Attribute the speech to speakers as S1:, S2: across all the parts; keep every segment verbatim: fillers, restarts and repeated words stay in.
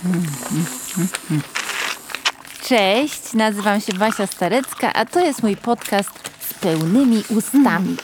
S1: Cześć, nazywam się Basia Starecka, a to jest mój podcast z pełnymi ustami.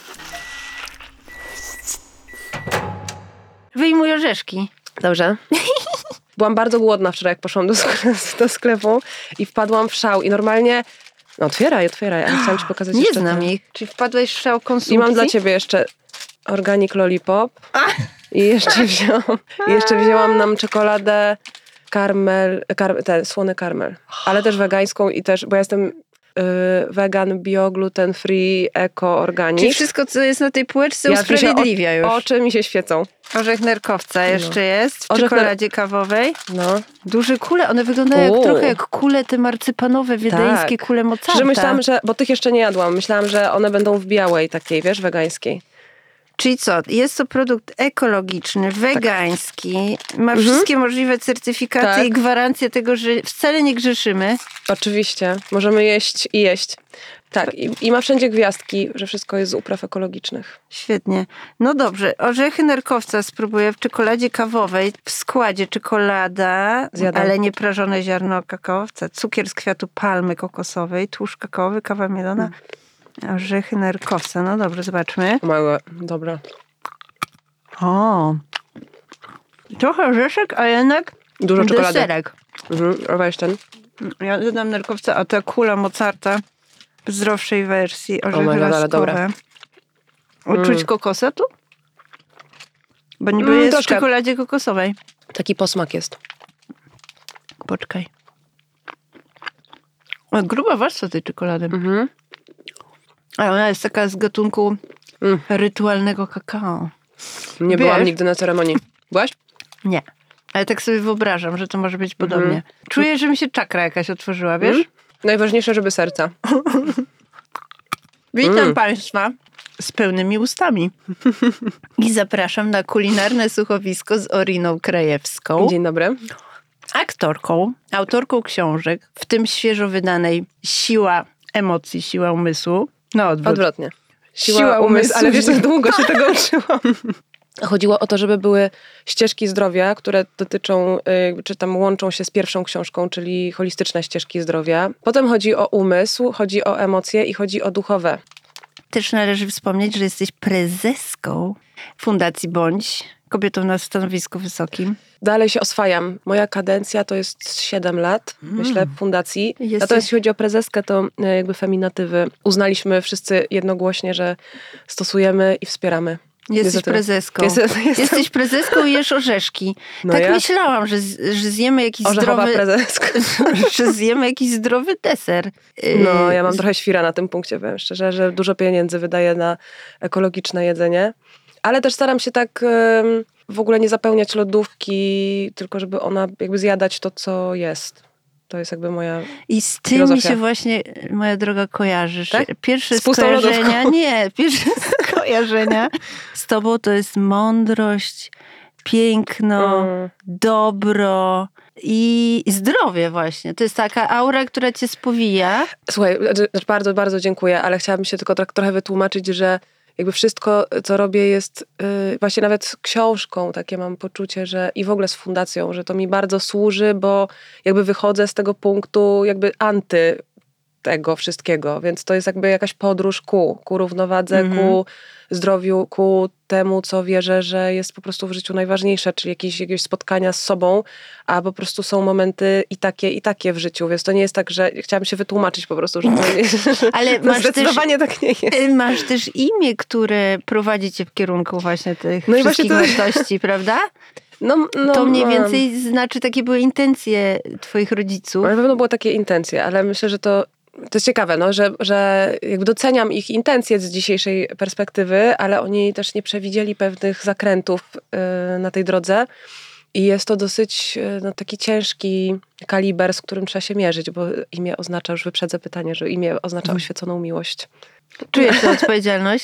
S1: Wyjmuj orzeszki.
S2: Dobrze. Byłam bardzo głodna wczoraj, jak poszłam do, sk- do sklepu i wpadłam w szał. I normalnie... No otwieraj, otwieraj, ale chciałam ci pokazać
S1: Nie
S2: jeszcze...
S1: znam
S2: ten.
S1: ich. Czyli wpadłeś w szał konsumpcji?
S2: I mam dla ciebie jeszcze Organic Lollipop. I jeszcze wzięłam, i jeszcze wzięłam nam czekoladę karmel, kar, ten słony karmel. Ale też wegańską i też, bo ja jestem y, wegan, bio, gluten free, eko, organic.
S1: Czyli wszystko, co jest na tej półeczce,
S2: Ja
S1: usprawiedliwia już.
S2: Oczy mi się świecą.
S1: Orzech nerkowca jeszcze no. jest w
S2: Orzech
S1: czekoladzie ner... kawowej.
S2: No.
S1: Duże kule, one wyglądają jak, trochę jak kule te marcypanowe, wiedeńskie tak. kule Mozarta.
S2: Że myślałam, że, bo tych jeszcze nie jadłam, myślałam, że one będą w białej takiej, wiesz, wegańskiej.
S1: Czyli co? Jest to produkt ekologiczny, wegański, tak. ma mhm. wszystkie możliwe certyfikaty tak. i gwarancje tego, że wcale nie grzeszymy.
S2: Oczywiście. Możemy jeść i jeść. Tak. I, i ma wszędzie gwiazdki, że wszystko jest z upraw ekologicznych.
S1: Świetnie. No dobrze. Orzechy nerkowca spróbuję w czekoladzie kawowej. W składzie czekolada, Zjadam. ale nie prażone ziarno kakaowca, cukier z kwiatu palmy kokosowej, tłuszcz kakaowy, kawa mielona. Hmm. Orzechy nerkowca. No dobrze, zobaczmy.
S2: Małe, dobra.
S1: O, trochę orzeszek, a jednak
S2: dużo czekolady.
S1: Deserek.
S2: Mhm, a weź ten.
S1: Ja dodam nerkowca, a ta kula Mozarta w zdrowszej wersji. Orzechy
S2: oh
S1: laskowe. Uczuć mm. kokosa tu? Bo niby mm, jest troszkę. W czekoladzie kokosowej.
S2: Taki posmak jest.
S1: Poczekaj. O, gruba warstwa tej czekolady. Mhm. A ona jest taka z gatunku mm. rytualnego kakao.
S2: Nie Wiesz? byłam nigdy na ceremonii. Byłaś?
S1: Nie. Ale tak sobie wyobrażam, że to może być podobnie. Mm. Czuję, że mi się czakra jakaś otworzyła, wiesz? Mm.
S2: Najważniejsze, żeby serca.
S1: Witam mm. Państwa z pełnymi ustami. I zapraszam na kulinarne słuchowisko z Oriną Krajewską.
S2: Dzień dobry.
S1: Aktorką, autorką książek, w tym świeżo wydanej Siła emocji, siła umysłu. No odwrót.
S2: Odwrotnie. Siła, Siła umysłu, umysłu, ale wiesz, jak długo się tego uczyłam. Chodziło o to, żeby były ścieżki zdrowia, które dotyczą, czy tam łączą się z pierwszą książką, czyli holistyczne ścieżki zdrowia. Potem chodzi o umysł, chodzi o emocje i chodzi o duchowe.
S1: Też należy wspomnieć, że jesteś prezeską Fundacji Bądź, kobietą na stanowisku wysokim.
S2: Dalej się oswajam. Moja kadencja to jest siedem lat, mm. myślę, w fundacji.
S1: Jesteś...
S2: Natomiast jeśli chodzi o prezeskę, to jakby feminatywy uznaliśmy wszyscy jednogłośnie, że stosujemy i wspieramy.
S1: Jesteś prezeską. Jest, jest, Jesteś prezeską i jesz orzeszki. No tak ja? myślałam, że, że zjemy jakiś
S2: Orzechowa
S1: zdrowy...
S2: prezeska.
S1: że zjemy jakiś zdrowy deser.
S2: No, ja mam trochę świra na tym punkcie, powiem szczerze, że dużo pieniędzy wydaję na ekologiczne jedzenie. Ale też staram się tak w ogóle nie zapełniać lodówki, tylko żeby ona jakby zjadać to, co jest. To jest jakby moja
S1: I z tym
S2: filozofia.
S1: mi się właśnie, moja droga, kojarzysz.
S2: Tak?
S1: Pierwsze
S2: z
S1: skojarzenia, nie, pierwsze skojarzenia z tobą to jest mądrość, piękno, mm. dobro i zdrowie właśnie. To jest taka aura, która cię spowija.
S2: Słuchaj, bardzo, bardzo dziękuję, ale chciałabym się tylko tak trochę wytłumaczyć, że jakby wszystko, co robię, jest yy, właśnie nawet książką, takie mam poczucie, że i w ogóle z fundacją, że to mi bardzo służy, bo jakby wychodzę z tego punktu jakby anty tego wszystkiego, więc to jest jakby jakaś podróż ku, ku równowadze, mm-hmm. ku zdrowiu, ku temu, co wierzę, że jest po prostu w życiu najważniejsze, czyli jakieś, jakieś spotkania z sobą, a po prostu są momenty i takie, i takie w życiu, więc to nie jest tak, że chciałam się wytłumaczyć po prostu, że to nie jest.
S1: Ale
S2: to
S1: masz
S2: zdecydowanie
S1: też,
S2: tak nie jest.
S1: Masz też imię, które prowadzi cię w kierunku właśnie tych no wszystkich właśnie to... wartości, prawda?
S2: No, no,
S1: to mniej więcej no. znaczy, takie były intencje twoich rodziców.
S2: Na pewno były takie intencje, ale myślę, że to To jest ciekawe, no, że, że jakby doceniam ich intencje z dzisiejszej perspektywy, ale oni też nie przewidzieli pewnych zakrętów y, na tej drodze i jest to dosyć y, no, taki ciężki kaliber, z którym trzeba się mierzyć, bo imię oznacza, już wyprzedzę pytanie, że imię oznacza oświeconą miłość.
S1: Czujesz tę odpowiedzialność?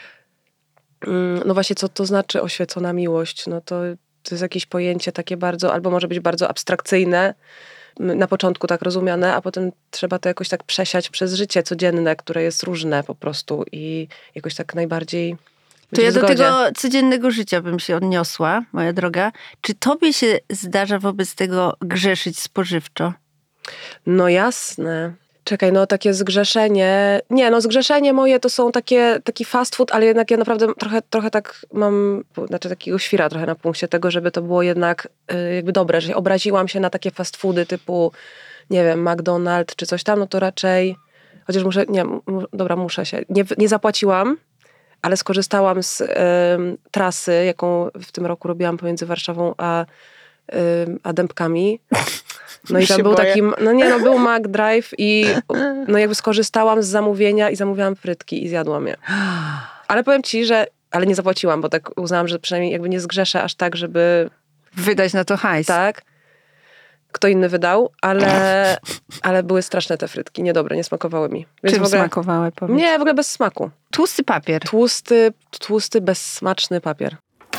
S2: No właśnie, co to znaczy oświecona miłość? No to, to jest jakieś pojęcie takie bardzo, albo może być bardzo abstrakcyjne, na początku tak rozumiane, a potem trzeba to jakoś tak przesiać przez życie codzienne, które jest różne po prostu i jakoś tak najbardziej
S1: To ja
S2: w
S1: do
S2: zgodzie.
S1: tego codziennego życia bym się odniosła, moja droga. Czy tobie się zdarza wobec tego grzeszyć spożywczo?
S2: No jasne. Czekaj, no takie zgrzeszenie... Nie, no zgrzeszenie moje to są takie, taki fast food, ale jednak ja naprawdę trochę, trochę tak mam, znaczy takiego świra trochę na punkcie tego, żeby to było jednak y, jakby dobre, że obraziłam się na takie fast foody typu, nie wiem, McDonald's czy coś tam, no to raczej... Chociaż muszę, nie, m- dobra, muszę się. Nie, nie zapłaciłam, ale skorzystałam z y, trasy, jaką w tym roku robiłam pomiędzy Warszawą a, y, a Dębkami. No i tam
S1: się
S2: był
S1: boję.
S2: taki, no nie, no był McDrive i no jakby skorzystałam z zamówienia i zamówiłam frytki i zjadłam je. Ale powiem ci, że, ale nie zapłaciłam, bo tak uznałam, że przynajmniej jakby nie zgrzeszę aż tak, żeby
S1: Wydać na to hajs.
S2: tak. Kto inny wydał, ale, ale były straszne te frytki, niedobre, nie smakowały mi. Więc
S1: Czym
S2: w ogóle,
S1: smakowały, powiedz?
S2: nie, w ogóle bez smaku.
S1: Tłusty papier.
S2: Tłusty, tłusty, bezsmaczny papier.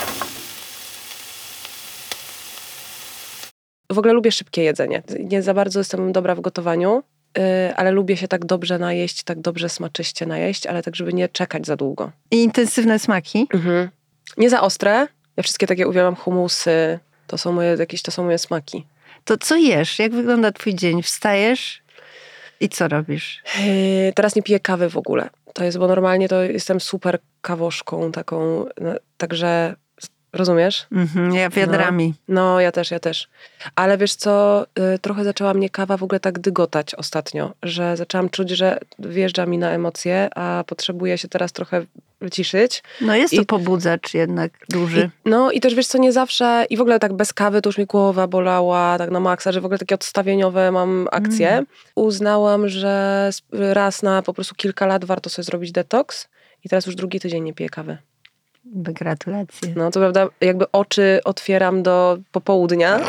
S2: W ogóle lubię szybkie jedzenie. Nie za bardzo jestem dobra w gotowaniu, yy, ale lubię się tak dobrze najeść, tak dobrze smaczyście najeść, ale tak, żeby nie czekać za długo.
S1: I intensywne smaki.
S2: Mhm. Nie za ostre. Ja wszystkie takie uwielbiam, humusy. To są moje, jakieś, to są moje smaki.
S1: To co jesz? Jak wygląda twój dzień? Wstajesz i co robisz?
S2: Yy, teraz nie piję kawy w ogóle. To jest, bo normalnie to jestem super kawoszką taką, no, także rozumiesz?
S1: Mhm, ja wiadrami.
S2: No, ja też, ja też. Ale wiesz co, y, trochę zaczęła mnie kawa w ogóle tak dygotać ostatnio, że zaczęłam czuć, że wjeżdża mi na emocje, a potrzebuję się teraz trochę wyciszyć.
S1: No jest to
S2: I-
S1: pobudzacz jednak duży.
S2: I, no i też wiesz co, nie zawsze, i w ogóle tak bez kawy to już mi głowa bolała, tak na maksa, że w ogóle takie odstawieniowe mam akcje.
S1: Mm.
S2: Uznałam, że sp- raz na po prostu kilka lat warto sobie zrobić detoks i teraz już drugi tydzień nie piję kawy.
S1: Gratulacje.
S2: No to prawda, jakby oczy otwieram do popołudnia.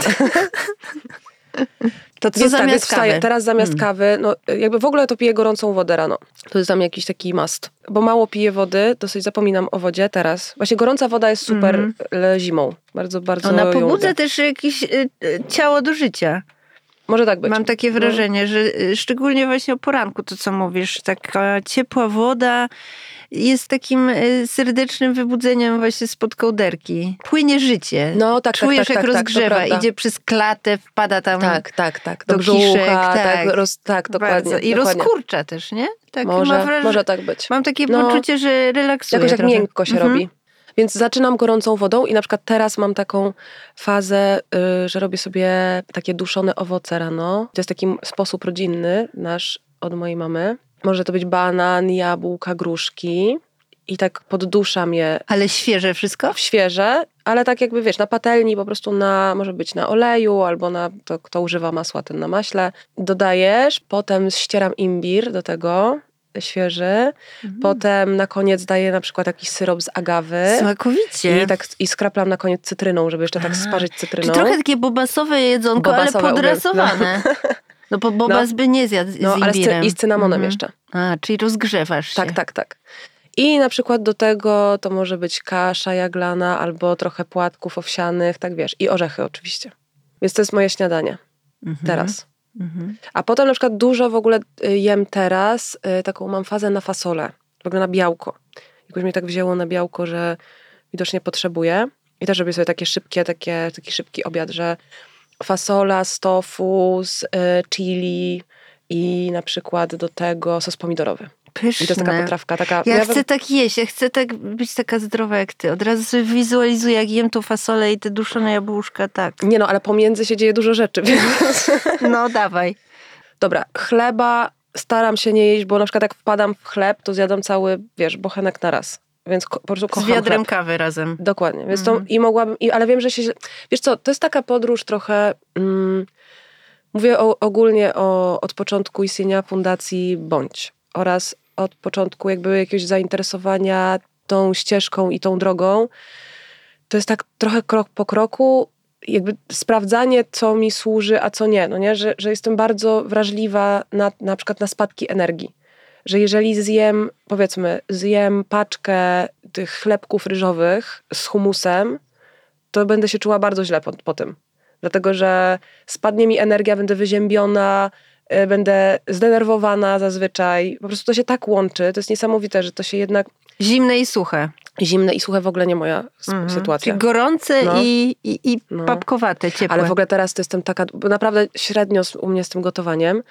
S1: To co
S2: Więc tak,
S1: zamiast
S2: więc wstaję.
S1: kawy?
S2: Teraz zamiast
S1: Mm.
S2: kawy, no jakby w ogóle to piję gorącą wodę rano. To jest dla mnie jakiś taki must. Bo mało piję wody, dosyć zapominam o wodzie teraz. Właśnie gorąca woda jest super
S1: Mhm.
S2: mm. zimą. Bardzo, bardzo
S1: Ona
S2: ją
S1: pobudza
S2: lubię.
S1: też jakieś y, y, ciało do życia.
S2: Może tak być.
S1: Mam takie wrażenie, że y, szczególnie właśnie o poranku, to co mówisz, taka ciepła woda jest takim y, serdecznym wybudzeniem właśnie spod kołderki. Płynie życie.
S2: No tak,
S1: Czujesz,
S2: tak, tak,
S1: jak
S2: tak,
S1: rozgrzewa.
S2: tak, to prawda.
S1: Idzie przez klatę, wpada tam
S2: Tak, tak, tak.
S1: do
S2: Do brzucha,
S1: kiszek,
S2: tak,
S1: tak.
S2: roz, tak dokładnie.
S1: bardzo. I
S2: dokładnie.
S1: rozkurcza też, nie? Tak,
S2: Może,
S1: mam, wraż-
S2: może tak być.
S1: mam takie
S2: No.
S1: poczucie, że relaksuje
S2: Jakoś tak
S1: trochę.
S2: miękko się
S1: Mhm.
S2: robi. Więc zaczynam gorącą wodą i na przykład teraz mam taką fazę, y, że robię sobie takie duszone owoce rano. To jest taki sposób rodzinny nasz od mojej mamy. Może to być banan, jabłka, gruszki i tak podduszam je
S1: Ale świeże wszystko?
S2: w świeże, ale tak jakby wiesz, na patelni po prostu na, może być na oleju albo na, to kto używa masła, ten na maśle. Dodajesz, potem ścieram imbir do tego, świeży.
S1: Mhm.
S2: Potem na koniec daję na przykład jakiś syrop z agawy.
S1: Smakowicie.
S2: I, tak, I skraplam na koniec cytryną, żeby jeszcze tak
S1: Aha.
S2: sparzyć cytryną.
S1: Czy trochę takie bobasowe jedzonko,
S2: Bobasowe
S1: ale podrasowane. No bo bobas
S2: No.
S1: by nie zjadł z
S2: No, ale z, cy-
S1: imbirem.
S2: i z cynamonem
S1: Mhm.
S2: jeszcze.
S1: A, czyli rozgrzewasz się.
S2: Tak, tak, tak. I na przykład do tego to może być kasza jaglana albo trochę płatków owsianych, tak wiesz. I orzechy oczywiście. Więc to jest moje śniadanie
S1: Mhm.
S2: teraz.
S1: Mhm.
S2: A potem na przykład dużo w ogóle y, jem teraz, y, taką mam fazę na fasolę, w ogóle na białko. Jakoś mnie tak wzięło na białko, że widocznie potrzebuję. I też robię sobie takie szybkie, takie, taki szybki obiad, że fasola z tofu, z y, chili i na przykład do tego sos pomidorowy.
S1: Pyszne.
S2: I to jest taka potrawka, taka...
S1: Ja
S2: ja
S1: chcę tak jeść, ja chcę tak być taka zdrowa jak ty. Od razu sobie wizualizuję, jak jem tą fasolę i te duszone jabłuszka, tak.
S2: Nie no, ale pomiędzy się dzieje dużo rzeczy, więc...
S1: No dawaj.
S2: Dobra, chleba staram się nie jeść, bo na przykład jak wpadam w chleb, to zjadam cały, wiesz, bochenek na raz. Więc ko- po prostu
S1: Z
S2: kocham
S1: wiadrem
S2: chleb.
S1: kawy razem.
S2: Dokładnie, więc
S1: Mhm.
S2: to i mogłabym, i, ale wiem, że się, wiesz co, to jest taka podróż trochę, mm, mówię o, ogólnie o, od początku istnienia Fundacji Bądź oraz od początku jakby jakiegoś zainteresowania tą ścieżką i tą drogą. To jest tak trochę krok po kroku, jakby sprawdzanie, co mi służy, a co nie, no nie? Że, że jestem bardzo wrażliwa na, na przykład na spadki energii. Że jeżeli zjem, powiedzmy, zjem paczkę tych chlebków ryżowych z humusem, to będę się czuła bardzo źle po, po tym. Dlatego, że spadnie mi energia, będę wyziębiona, y, będę zdenerwowana zazwyczaj. Po prostu to się tak łączy. To jest niesamowite, że to się jednak...
S1: Zimne i suche.
S2: Zimne i suche w ogóle nie moja mhm. sytuacja.
S1: Czyli gorące no. i, i, i no. papkowate, ciepłe.
S2: Ale w ogóle teraz to jestem taka, bo naprawdę średnio u mnie z tym gotowaniem,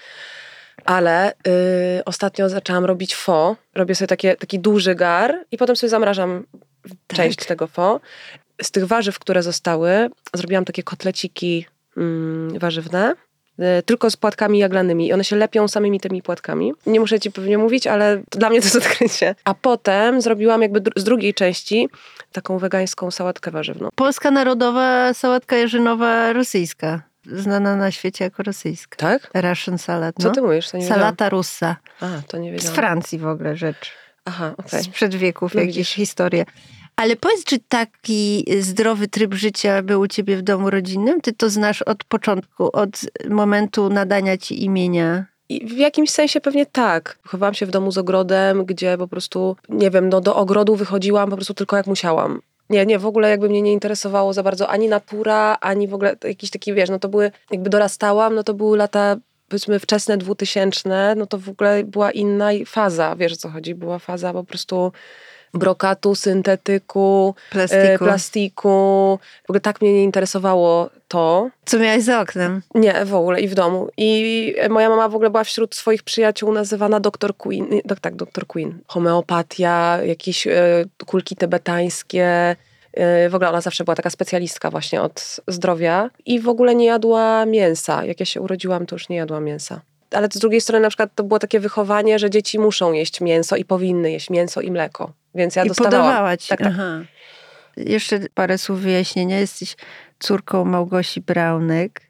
S2: ale yy, ostatnio zaczęłam robić pho. Robię sobie takie, taki duży gar i potem sobie zamrażam tak. część tego pho. Z tych warzyw, które zostały, zrobiłam takie kotleciki mm, warzywne. Tylko z płatkami jaglanymi. I one się lepią samymi tymi płatkami. Nie muszę ci pewnie mówić, ale to dla mnie to jest odkrycie. A potem zrobiłam jakby dru- z drugiej części taką wegańską sałatkę warzywną.
S1: Polska narodowa sałatka jarzynowa rosyjska. Znana na świecie jako rosyjska.
S2: Tak?
S1: Russian salad. No.
S2: Co ty mówisz? To nie
S1: Salata russa.
S2: A, to nie wiedziałam.
S1: Z Francji w ogóle rzecz.
S2: Aha, okej. Okay.
S1: Sprzed wieków no, jakieś historie. Ale powiedz, czy taki zdrowy tryb życia był u ciebie w domu rodzinnym? Ty to znasz od początku, od momentu nadania ci imienia?
S2: I w jakimś sensie pewnie tak. Wychowałam się w domu z ogrodem, gdzie po prostu, nie wiem, no do ogrodu wychodziłam po prostu tylko jak musiałam. Nie, nie, w ogóle jakby mnie nie interesowało za bardzo ani natura, ani w ogóle jakiś taki, wiesz, no to były, jakby dorastałam, no to były lata, powiedzmy wczesne dwutysięczne, no to w ogóle była inna faza, wiesz o co chodzi, była faza po prostu brokatu, syntetyku,
S1: plastiku.
S2: E, plastiku. W ogóle tak mnie nie interesowało to.
S1: Co miałaś za oknem?
S2: Nie, w ogóle i w domu. I moja mama w ogóle była wśród swoich przyjaciół nazywana doktor Queen. Do, tak, doktor Queen. Homeopatia, jakieś e, kulki tybetańskie. E, w ogóle ona zawsze była taka specjalistka właśnie od zdrowia. I w ogóle nie jadła mięsa. Jak ja się urodziłam, to już nie jadła mięsa. Ale z drugiej strony na przykład to było takie wychowanie, że dzieci muszą jeść mięso i powinny jeść mięso i mleko. Więc ja
S1: I
S2: dostawałam.
S1: podawała ci.
S2: Tak, tak.
S1: Aha. Jeszcze parę słów wyjaśnienia. Jesteś córką Małgosi Braunek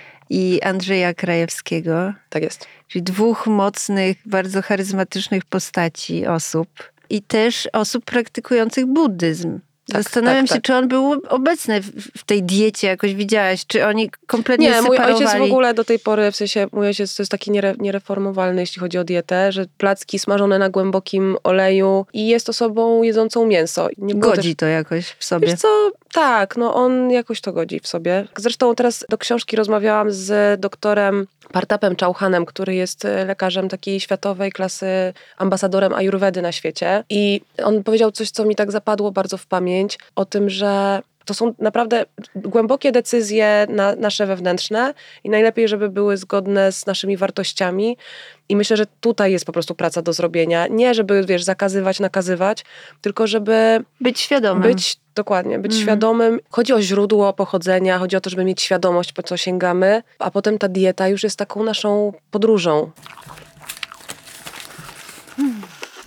S1: i Andrzeja Krajewskiego.
S2: Tak jest.
S1: Czyli dwóch mocnych, bardzo charyzmatycznych postaci, osób. I też osób praktykujących buddyzm. Tak, Zastanawiam tak, się, tak. czy on był obecny w, w tej diecie, jakoś widziałaś, czy oni kompletnie
S2: nie,
S1: separowali?
S2: Nie, mój ojciec w ogóle do tej pory, w sensie mój ojciec to jest taki niere, niereformowalny, jeśli chodzi o dietę, że placki smażone na głębokim oleju i jest osobą jedzącą mięso. Nie
S1: godzi
S2: też,
S1: to jakoś w sobie?
S2: Wiesz co, tak, no on jakoś to godzi w sobie. Zresztą teraz do książki rozmawiałam z doktorem Partapem Chauhanem, który jest lekarzem takiej światowej klasy, ambasadorem ajurwedy na świecie i on powiedział coś, co mi tak zapadło bardzo w pamięć, o tym, że to są naprawdę głębokie decyzje na, nasze wewnętrzne i najlepiej, żeby były zgodne z naszymi wartościami i myślę, że tutaj jest po prostu praca do zrobienia. Nie, żeby, wiesz, zakazywać, nakazywać, tylko żeby...
S1: Być świadomym.
S2: Być, dokładnie, być mm. świadomym. Chodzi o źródło pochodzenia, chodzi o to, żeby mieć świadomość, po co sięgamy, a potem ta dieta już jest taką naszą podróżą.
S1: Hmm.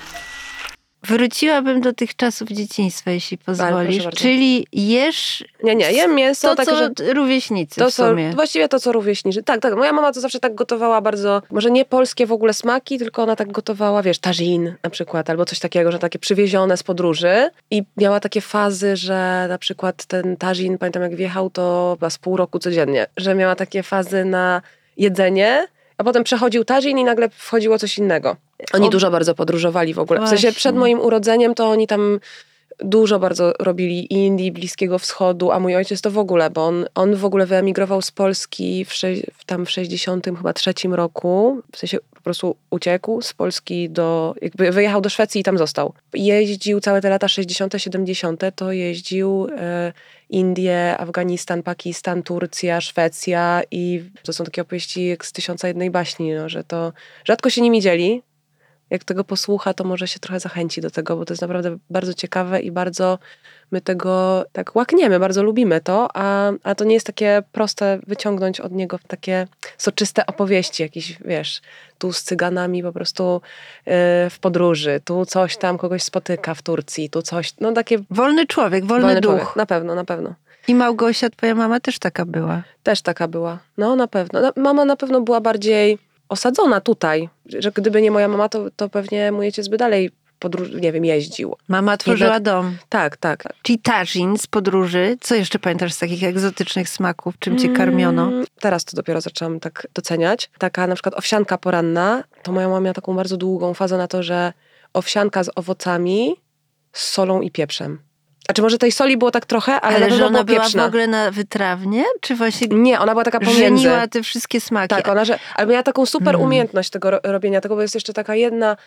S1: Wróciłabym do tych czasów dzieciństwa, jeśli pozwolisz.
S2: Bardzo.
S1: Czyli jesz...
S2: Nie, nie, jem mięso.
S1: To,
S2: tak,
S1: co
S2: że
S1: rówieśnicy
S2: to,
S1: w sumie.
S2: Co, właściwie to, co rówieśnicy. Tak, tak. Moja mama to zawsze tak gotowała bardzo, może nie polskie w ogóle smaki, tylko ona tak gotowała, wiesz, tagine na przykład, albo coś takiego, że takie przywiezione z podróży. I miała takie fazy, że na przykład ten tagine, pamiętam jak wjechał, to chyba z pół roku codziennie, że miała takie fazy na jedzenie, a potem przechodził tagine i nagle wchodziło coś innego. Oni o... dużo bardzo podróżowali w ogóle. Właśnie. W sensie przed moim urodzeniem to oni tam dużo bardzo robili Indii, Bliskiego Wschodu, a mój ojciec to w ogóle, bo on, on w ogóle wyemigrował z Polski w, sze- tam w sześćdziesiątym chyba trzecim roku. W sensie po prostu uciekł z Polski do, jakby wyjechał do Szwecji i tam został. Jeździł całe te lata sześćdziesiąte, siedemdziesiąte, to jeździł e, Indie, Afganistan, Pakistan, Turcja, Szwecja i to są takie opowieści jak z Tysiąca jednej baśni, no, że to rzadko się nimi dzieli. Jak tego posłucha, to może się trochę zachęci do tego, bo to jest naprawdę bardzo ciekawe i bardzo my tego tak łakniemy, bardzo lubimy to, a, a to nie jest takie proste wyciągnąć od niego takie soczyste opowieści, jakieś, wiesz, tu z cyganami po prostu yy, w podróży, tu coś tam kogoś spotyka w Turcji, tu coś, no takie...
S1: Wolny człowiek, wolny, wolny duch. Człowiek.
S2: Na pewno, na pewno.
S1: I Małgosia, twoja mama też taka była.
S2: Też taka była, no na pewno. Mama na pewno była bardziej osadzona tutaj, że gdyby nie moja mama, to, to pewnie mój ojciec by dalej podróż, nie wiem, jeździł.
S1: Mama tworzyła
S2: Jednak,
S1: dom.
S2: Tak, tak.
S1: Czyli tagine z podróży. Co jeszcze pamiętasz z takich egzotycznych smaków? Czym cię karmiono? Mm,
S2: teraz to dopiero zaczęłam tak doceniać. Taka na przykład owsianka poranna, to moja mama miała taką bardzo długą fazę na to, że owsianka z owocami, z solą i pieprzem. A czy może tej soli było tak trochę, ale, ale
S1: że ona była
S2: pieprzna.
S1: w ogóle na wytrawnie? Czy właśnie
S2: nie, ona była taka pomiędzy.
S1: Żeniła te wszystkie smaki.
S2: Tak, ona, że, ale miała taką super hmm. umiejętność tego robienia tego, bo jest jeszcze taka jedna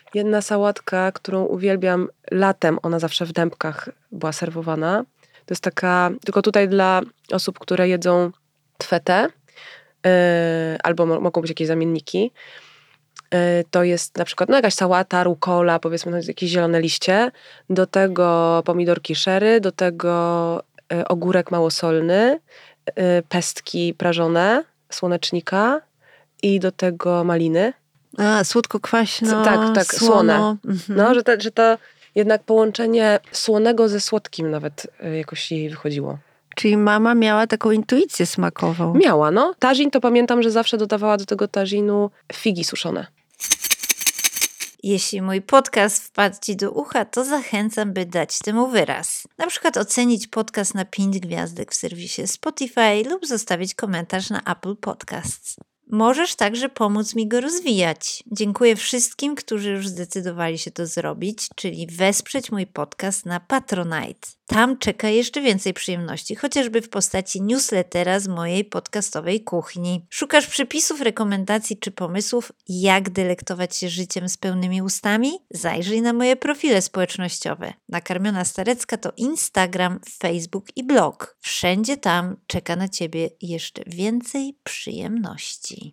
S2: jedna sałatka, którą uwielbiam latem, ona zawsze w dębkach była serwowana. To jest taka, tylko tutaj dla osób, które jedzą twetę, yy, albo mo- mogą być jakieś zamienniki. Yy, to jest na przykład no, jakaś sałata, rukola, powiedzmy, no, jakieś zielone liście. Do tego pomidorki sherry, do tego yy, ogórek małosolny, yy, pestki prażone, słonecznika i do tego maliny.
S1: A, słodko-kwaśno,
S2: Tak, tak,
S1: słono.
S2: słone.
S1: Mhm.
S2: No, że, te, że to jednak połączenie słonego ze słodkim nawet y, jakoś jej wychodziło.
S1: Czyli mama miała taką intuicję smakową.
S2: Miała, no. Tażin to pamiętam, że zawsze dodawała do tego tażinu figi suszone.
S3: Jeśli mój podcast wpadł Ci do ucha, to zachęcam, by dać temu wyraz. Na przykład ocenić podcast na pięć gwiazdek w serwisie Spotify lub zostawić komentarz na Apple Podcasts. Możesz także pomóc mi go rozwijać. Dziękuję wszystkim, którzy już zdecydowali się to zrobić, czyli wesprzeć mój podcast na Patronite. Tam czeka jeszcze więcej przyjemności, chociażby w postaci newslettera z mojej podcastowej kuchni. Szukasz przepisów, rekomendacji czy pomysłów, jak delektować się życiem z pełnymi ustami? Zajrzyj na moje profile społecznościowe. Nakarmiona Starecka to Instagram, Facebook i blog. Wszędzie tam czeka na Ciebie jeszcze więcej przyjemności.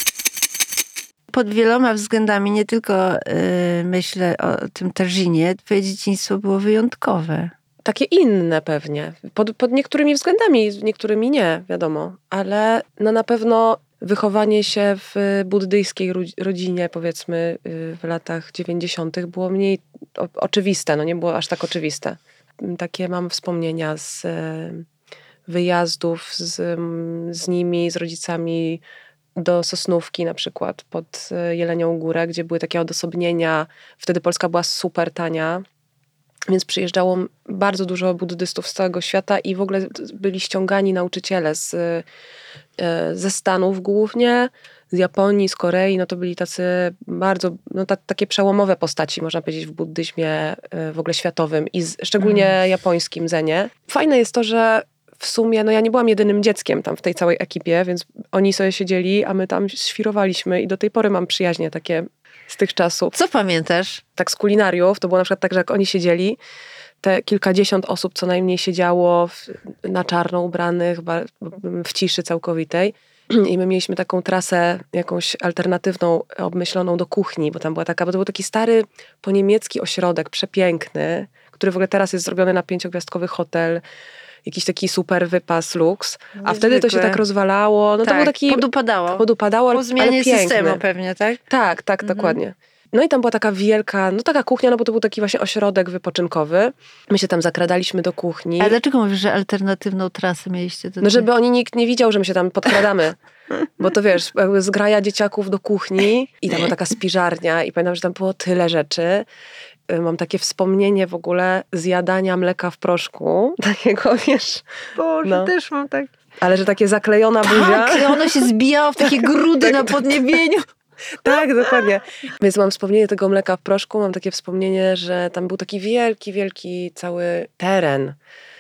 S1: Pod wieloma względami, nie tylko yy, myślę o tym tażynie, twoje dzieciństwo było wyjątkowe.
S2: Takie inne pewnie. Pod, pod niektórymi względami, niektórymi nie, wiadomo. Ale no na pewno wychowanie się w buddyjskiej rodzinie, powiedzmy, w latach dziewięćdziesiątych było mniej o, oczywiste. No nie było aż tak oczywiste. Takie mam wspomnienia z wyjazdów z, z nimi, z rodzicami do Sosnówki na przykład, pod Jelenią Górę, gdzie były takie odosobnienia. Wtedy Polska była super tania, więc przyjeżdżało bardzo dużo buddystów z całego świata i w ogóle byli ściągani nauczyciele z, ze Stanów głównie, z Japonii, z Korei. No to byli tacy bardzo, no ta, takie przełomowe postaci, można powiedzieć, w buddyzmie w ogóle światowym i z, szczególnie mm. japońskim zenie. Fajne jest to, że w sumie, no ja nie byłam jedynym dzieckiem tam w tej całej ekipie, więc oni sobie siedzieli, a my tam świrowaliśmy i do tej pory mam przyjaźnie takie z tych czasów.
S1: Co pamiętasz?
S2: Tak z kulinariów, to było na przykład tak, że jak oni siedzieli, te kilkadziesiąt osób co najmniej siedziało w, na czarno ubranych, w ciszy całkowitej. I my mieliśmy taką trasę jakąś alternatywną, obmyśloną do kuchni, bo tam była taka, bo to był taki stary poniemiecki ośrodek, przepiękny, który w ogóle teraz jest zrobiony na pięciogwiazdkowy hotel, jakiś taki super wypas, luks, a
S1: Niezwykłe.
S2: Wtedy to się tak rozwalało. No
S1: tak,
S2: to był taki...
S1: podupadało.
S2: Podupadało,
S1: po zmianie
S2: ale piękny.
S1: systemu pewnie, tak?
S2: Tak, tak, mhm. dokładnie. No i tam była taka wielka, no taka kuchnia, no bo to był taki właśnie ośrodek wypoczynkowy. My się tam zakradaliśmy do kuchni.
S1: Ale dlaczego mówisz, że alternatywną trasę mieliście? Do
S2: no żeby oni nikt nie widział, że my się tam podkradamy. Bo to wiesz, zgraja dzieciaków do kuchni i tam była taka spiżarnia i pamiętam, że tam było tyle rzeczy. Mam takie wspomnienie w ogóle zjadania mleka w proszku. Takiego, wiesz.
S1: Boże,
S2: no.
S1: też mam tak.
S2: Ale że takie zaklejona buzia.
S1: Tak, i ono się zbijało w takie grudy na podniebieniu.
S2: Tak, dokładnie. Więc mam wspomnienie tego mleka w proszku, mam takie wspomnienie, że tam był taki wielki, wielki cały teren,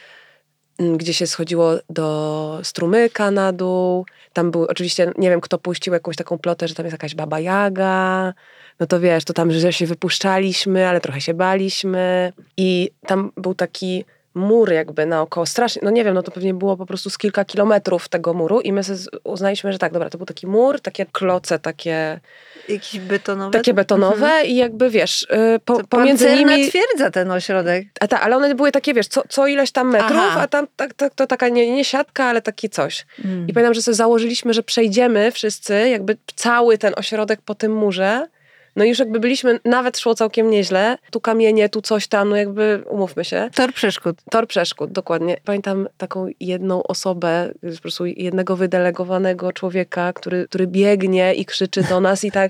S2: gdzie się schodziło do strumyka na dół. Tam był oczywiście, nie wiem kto puścił jakąś taką plotę, że tam jest jakaś baba Jaga. No to wiesz, to tam, że się wypuszczaliśmy, ale trochę się baliśmy. I tam był taki mur jakby naokoło, strasznie, no nie wiem, no to pewnie było po prostu z kilka kilometrów tego muru i my uznaliśmy, że tak, dobra, to był taki mur, takie kloce, takie...
S1: Jakieś betonowe?
S2: Takie betonowe mhm. i jakby wiesz, po,
S1: to
S2: pomiędzy nimi...
S1: twierdza ten ośrodek.
S2: A ta, ale one były takie, wiesz, co, co ileś tam metrów,
S1: Aha.
S2: a tam tak, tak, to taka nie, nie siatka, ale taki coś.
S1: Mm.
S2: I pamiętam, że sobie założyliśmy, że przejdziemy wszyscy, jakby cały ten ośrodek po tym murze. No i już jakby byliśmy, nawet szło całkiem nieźle. Tu kamienie, tu coś tam, no jakby umówmy się.
S1: Tor przeszkód.
S2: Tor przeszkód, dokładnie. Pamiętam taką jedną osobę, po prostu jednego wydelegowanego człowieka, który, który biegnie i krzyczy do nas i tak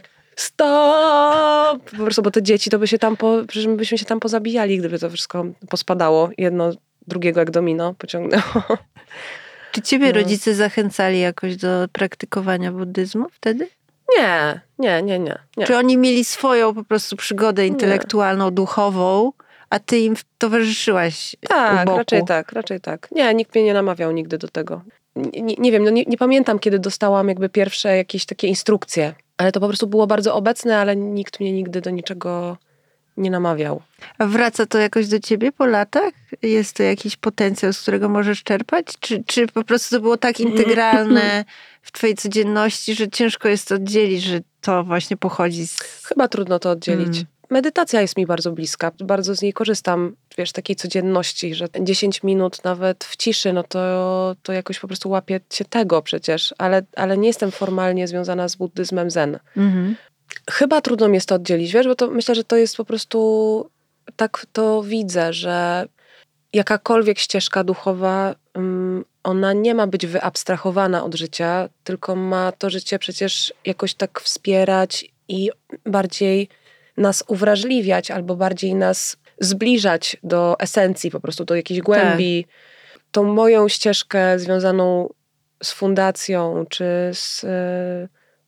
S2: stop! Po prostu, bo te dzieci to by się tam, po, przecież my byśmy się tam pozabijali, gdyby to wszystko pospadało. Jedno drugiego jak domino pociągnęło.
S1: Czy ciebie
S2: no.
S1: rodzice zachęcali jakoś do praktykowania buddyzmu wtedy?
S2: Nie, nie, nie, nie, nie.
S1: Czy oni mieli swoją po prostu przygodę intelektualną, nie. duchową, a ty im towarzyszyłaś
S2: tak,
S1: u boku?
S2: raczej tak, raczej tak. Nie, nikt mnie nie namawiał nigdy do tego. Nie, nie wiem, no nie, nie pamiętam, kiedy dostałam jakby pierwsze jakieś takie instrukcje ale to po prostu było bardzo obecne, ale nikt mnie nigdy do niczego nie namawiał.
S1: A wraca to jakoś do ciebie po latach? Jest to jakiś potencjał, z którego możesz czerpać? Czy, czy po prostu to było tak integralne w twojej codzienności, że ciężko jest to oddzielić, że to właśnie pochodzi z...
S2: Chyba trudno to oddzielić.
S1: Mm.
S2: Medytacja jest mi bardzo bliska. Bardzo z niej korzystam, wiesz, takiej codzienności, że dziesięć minut nawet w ciszy, no to, to jakoś po prostu łapię się tego przecież, ale, ale nie jestem formalnie związana z buddyzmem zen.
S1: Mhm.
S2: Chyba trudno mi jest to oddzielić, wiesz, bo to myślę, że to jest po prostu, tak to widzę, że jakakolwiek ścieżka duchowa, um, ona nie ma być wyabstrahowana od życia, tylko ma to życie przecież jakoś tak wspierać i bardziej nas uwrażliwiać, albo bardziej nas zbliżać do esencji, po prostu do jakiejś głębi. Tak. Tą moją ścieżkę związaną z fundacją, czy z... Yy,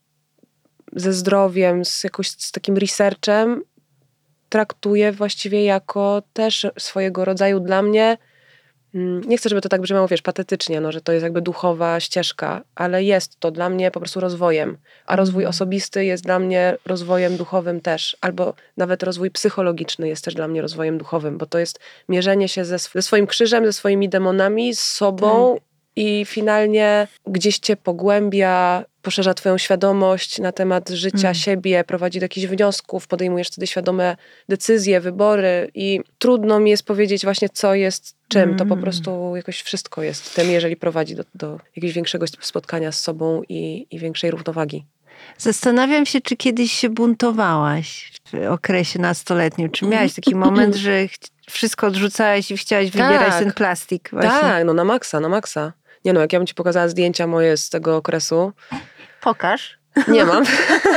S2: ze zdrowiem, z jakoś z takim researchem, traktuję właściwie jako też swojego rodzaju dla mnie, nie chcę, żeby to tak brzmiało, wiesz, patetycznie, no, że to jest jakby duchowa ścieżka, ale jest to dla mnie po prostu rozwojem, a rozwój mm. osobisty jest dla mnie rozwojem duchowym też, albo nawet rozwój psychologiczny jest też dla mnie rozwojem duchowym, bo to jest mierzenie się ze, sw- ze swoim krzyżem, ze swoimi demonami, z sobą mm. i finalnie gdzieś cię pogłębia, poszerza twoją świadomość na temat życia, mm. siebie, prowadzi do jakichś wniosków, podejmujesz wtedy świadome decyzje, wybory i trudno mi jest powiedzieć właśnie, co jest czym. Mm. To po prostu jakoś wszystko jest tym, jeżeli prowadzi do, do jakiegoś większego spotkania z sobą i, i większej równowagi.
S1: Zastanawiam się, czy kiedyś się buntowałaś w okresie nastoletnim. Czy miałaś taki moment, że wszystko odrzucałaś i chciałaś wybierać tak. ten plastik? Właśnie.
S2: Tak, no na maksa, na maksa. Nie no, jak ja bym ci pokazała zdjęcia moje z tego okresu.
S1: Pokaż.
S2: Nie mam.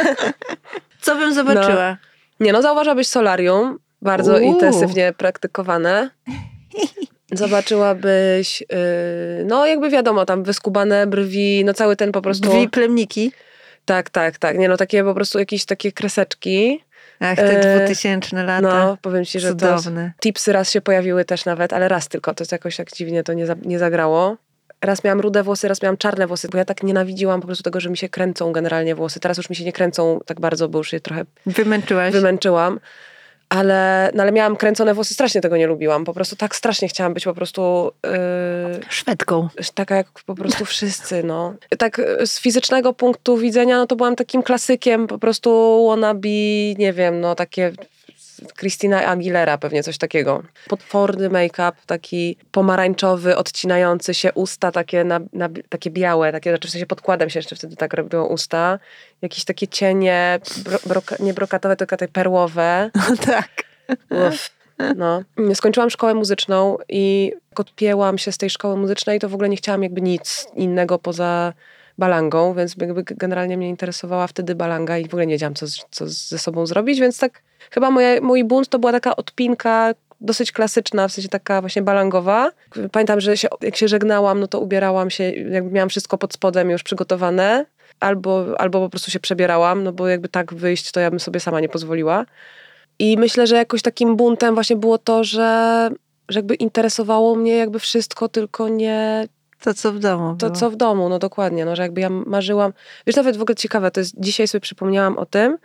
S1: Co bym zobaczyła?
S2: No. Nie no, zauważyłabyś solarium, bardzo Uuu. intensywnie praktykowane. Zobaczyłabyś, yy, no jakby wiadomo, tam wyskubane brwi, no cały ten po prostu...
S1: Brwi plemniki?
S2: Tak, tak, tak. Nie no, takie po prostu jakieś takie kreseczki.
S1: Ach, te dwutysięczne lata.
S2: No, powiem ci, że
S1: cudowne.
S2: To tipsy raz się pojawiły też nawet, ale raz tylko. To jest jakoś tak dziwnie to nie, za, nie zagrało. Raz miałam rude włosy, raz miałam czarne włosy, bo ja tak nienawidziłam po prostu tego, że mi się kręcą generalnie włosy. Teraz już mi się nie kręcą tak bardzo, bo już je trochę
S1: Wymęczyłaś.
S2: wymęczyłam. Ale, no ale miałam kręcone włosy, strasznie tego nie lubiłam. Po prostu tak strasznie chciałam być po prostu... Yy,
S1: Szwedką.
S2: Taka jak po prostu wszyscy, no. Tak z fizycznego punktu widzenia, no to byłam takim klasykiem, po prostu wannabe, nie wiem, no takie... Christina Aguilera, pewnie coś takiego. Potworny make-up, taki pomarańczowy, odcinający się, usta takie, na, na, takie białe, takie, znaczy w sensie podkładem się jeszcze wtedy tak robiło usta. Jakieś takie cienie, bro, broka, nie brokatowe, tylko te perłowe.
S1: Tak.
S2: Uf. No. Skończyłam szkołę muzyczną i jak odpięłam się z tej szkoły muzycznej, to w ogóle nie chciałam jakby nic innego poza balangą, więc jakby generalnie mnie interesowała wtedy balanga i w ogóle nie wiedziałam, co, co ze sobą zrobić, więc tak chyba moje, mój bunt to była taka odpinka dosyć klasyczna, w sensie taka właśnie balangowa. Pamiętam, że się, jak się żegnałam, no to ubierałam się, jakby miałam wszystko pod spodem już przygotowane, albo, albo po prostu się przebierałam, no bo jakby tak wyjść, to ja bym sobie sama nie pozwoliła. I myślę, że jakoś takim buntem właśnie było to, że, że jakby interesowało mnie jakby wszystko, tylko nie...
S1: To, co w domu
S2: To,
S1: było.
S2: co w domu, no dokładnie, no, że jakby ja marzyłam... Wiesz, nawet w ogóle ciekawe, to jest, dzisiaj sobie przypomniałam o tym,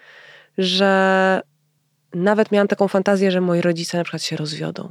S2: że nawet miałam taką fantazję, że moi rodzice na przykład się rozwiodą.